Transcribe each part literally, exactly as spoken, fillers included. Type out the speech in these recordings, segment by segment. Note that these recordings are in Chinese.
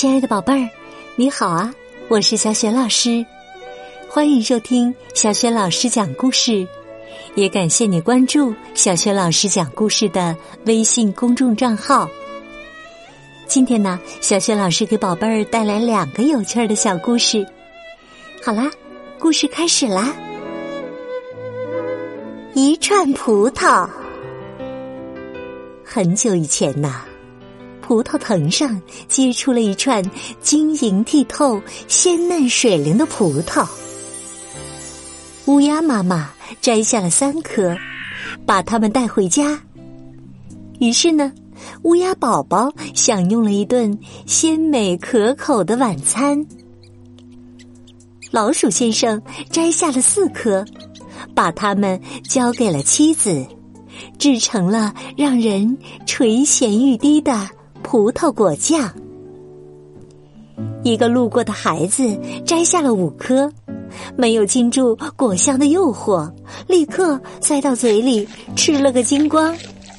亲爱的宝贝儿，你好啊，我是小雪老师，欢迎收听小雪老师讲故事，也感谢你关注小雪老师讲故事的微信公众账号。今天呢，小雪老师给宝贝儿带来两个有趣的小故事。好啦，故事开始啦。一串葡萄。很久以前呐，葡萄藤上结出了一串晶莹剔透、鲜嫩水灵的葡萄。乌鸦妈妈摘下了三颗，把它们带回家。于是呢，乌鸦宝宝享用了一顿鲜美可口的晚餐。老鼠先生摘下了四颗，把它们交给了妻子，制成了让人垂涎欲滴的葡萄果酱。一个路过的孩子摘下了五颗，没有禁住果香的诱惑，立刻塞到嘴里吃了个精光。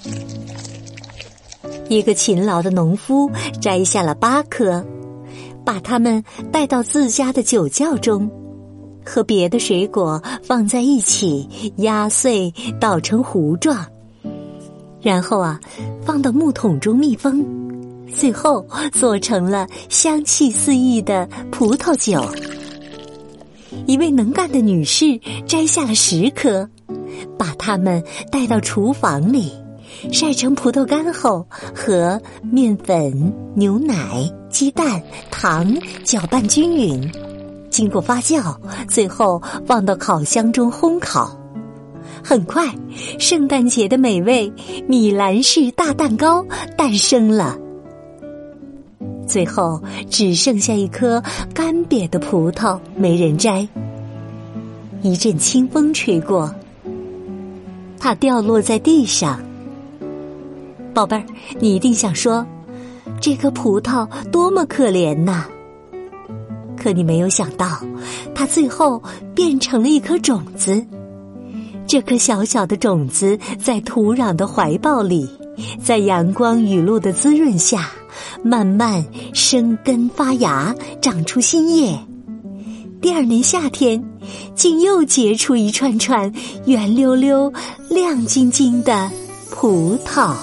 一个勤劳的农夫摘下了八颗，把它们带到自家的酒窖中，和别的水果放在一起，压碎捣成糊状，然后啊，放到木桶中密封，最后做成了香气四溢的葡萄酒。一位能干的女士摘下了十颗，把它们带到厨房里，晒成葡萄干后，和面粉、牛奶、鸡蛋、糖搅拌均匀，经过发酵，最后放到烤箱中烘烤。很快，圣诞节的美味米兰式大蛋糕诞生了。最后只剩下一颗干瘪的葡萄没人摘。一阵清风吹过，它掉落在地上。宝贝儿，你一定想说，这颗葡萄多么可怜呐！可你没有想到，它最后变成了一颗种子。这颗小小的种子在土壤的怀抱里，在阳光雨露的滋润下，慢慢生根发芽，长出新叶。第二年夏天，竟又结出一串串圆溜溜、亮晶晶的葡萄。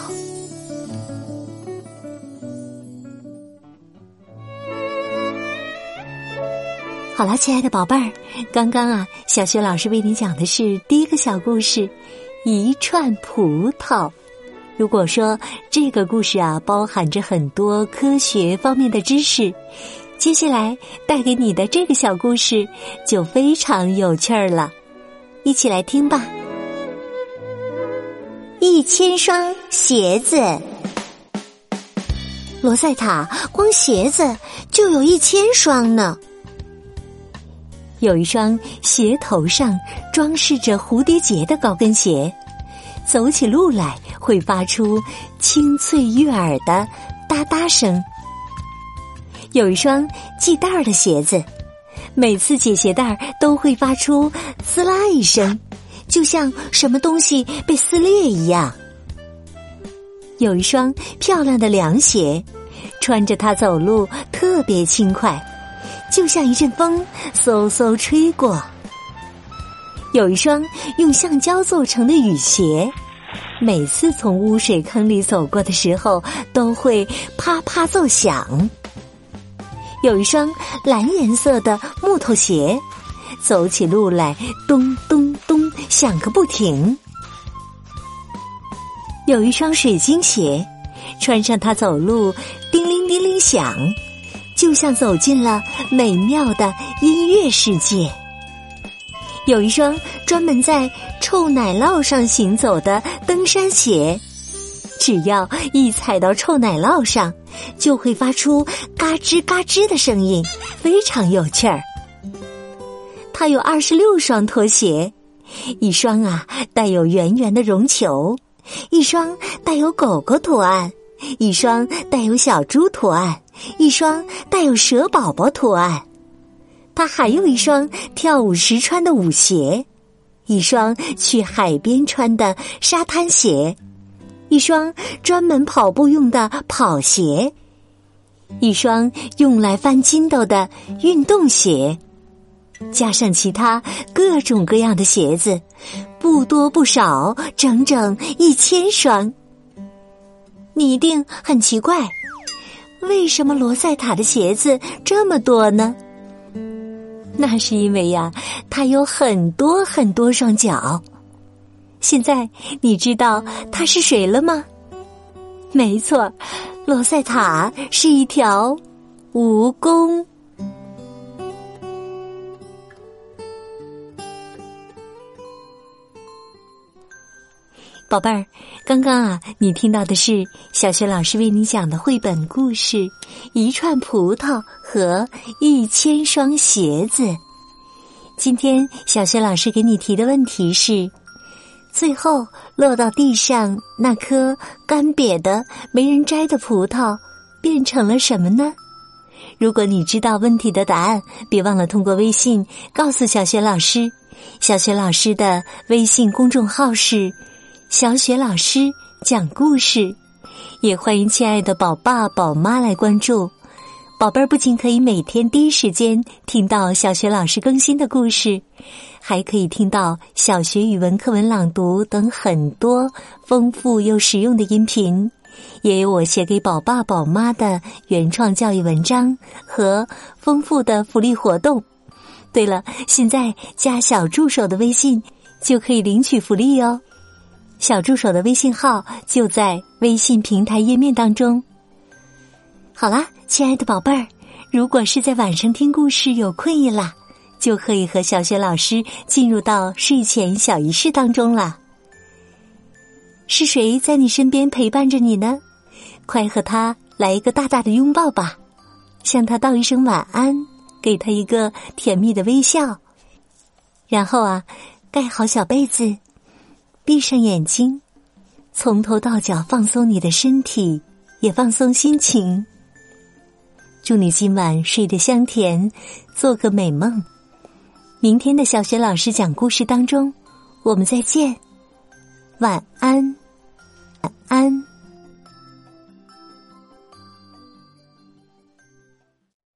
好了，亲爱的宝贝儿，刚刚啊，小雪老师为你讲的是第一个小故事，一串葡萄。如果说这个故事啊，包含着很多科学方面的知识，接下来带给你的这个小故事就非常有趣儿了。一起来听吧。一千双鞋子。罗塞塔光鞋子就有一千双呢。有一双鞋头上装饰着蝴蝶结的高跟鞋，走起路来会发出清脆悦耳的哒哒声。有一双系带儿的鞋子，每次解鞋带都会发出滋啦一声，就像什么东西被撕裂一样。有一双漂亮的凉鞋，穿着它走路特别轻快，就像一阵风嗖嗖吹过。有一双用橡胶做成的雨鞋，每次从污水坑里走过的时候都会啪啪作响。有一双蓝颜色的木头鞋，走起路来咚咚咚响个不停。有一双水晶鞋，穿上它走路叮铃叮铃响，就像走进了美妙的音乐世界。有一双专门在臭奶酪上行走的登山鞋，只要一踩到臭奶酪上，就会发出嘎吱嘎吱的声音，非常有趣儿。它有二十六双拖鞋，一双啊带有圆圆的绒球，一双带有狗狗图案，一双带有小猪图案，一双带有蛇宝宝图案。它还有一双跳舞时穿的舞鞋，一双去海边穿的沙滩鞋，一双专门跑步用的跑鞋， 一双用来翻筋斗的运动鞋，加上其他各种各样的鞋子，不多不少，整整一千双。你一定很奇怪，为什么罗塞塔的鞋子这么多呢？那是因为呀，他有很多很多双脚。现在你知道他是谁了吗？没错，罗塞塔是一条蜈蚣。宝贝儿，刚刚啊，你听到的是小学老师为你讲的绘本故事《一串葡萄和一千双鞋子》。今天小学老师给你提的问题是：最后落到地上那颗干瘪的没人摘的葡萄变成了什么呢？如果你知道问题的答案，别忘了通过微信告诉小学老师。小学老师的微信公众号是小雪老师讲故事，也欢迎亲爱的宝爸宝妈来关注。宝贝儿不仅可以每天第一时间听到小雪老师更新的故事，还可以听到小学语文课文朗读等很多丰富又实用的音频，也有我写给宝爸宝妈的原创教育文章和丰富的福利活动。对了，现在加小助手的微信就可以领取福利哦。小助手的微信号就在微信平台页面当中。好啦，亲爱的宝贝儿，如果是在晚上听故事有困意啦，就可以和小雪老师进入到睡前小仪式当中啦。是谁在你身边陪伴着你呢？快和他来一个大大的拥抱吧，向他道一声晚安，给他一个甜蜜的微笑。然后啊，盖好小被子，闭上眼睛，从头到脚放松你的身体，也放松心情。祝你今晚睡得香甜，做个美梦。明天的小学老师讲故事当中，我们再见。晚安，晚安。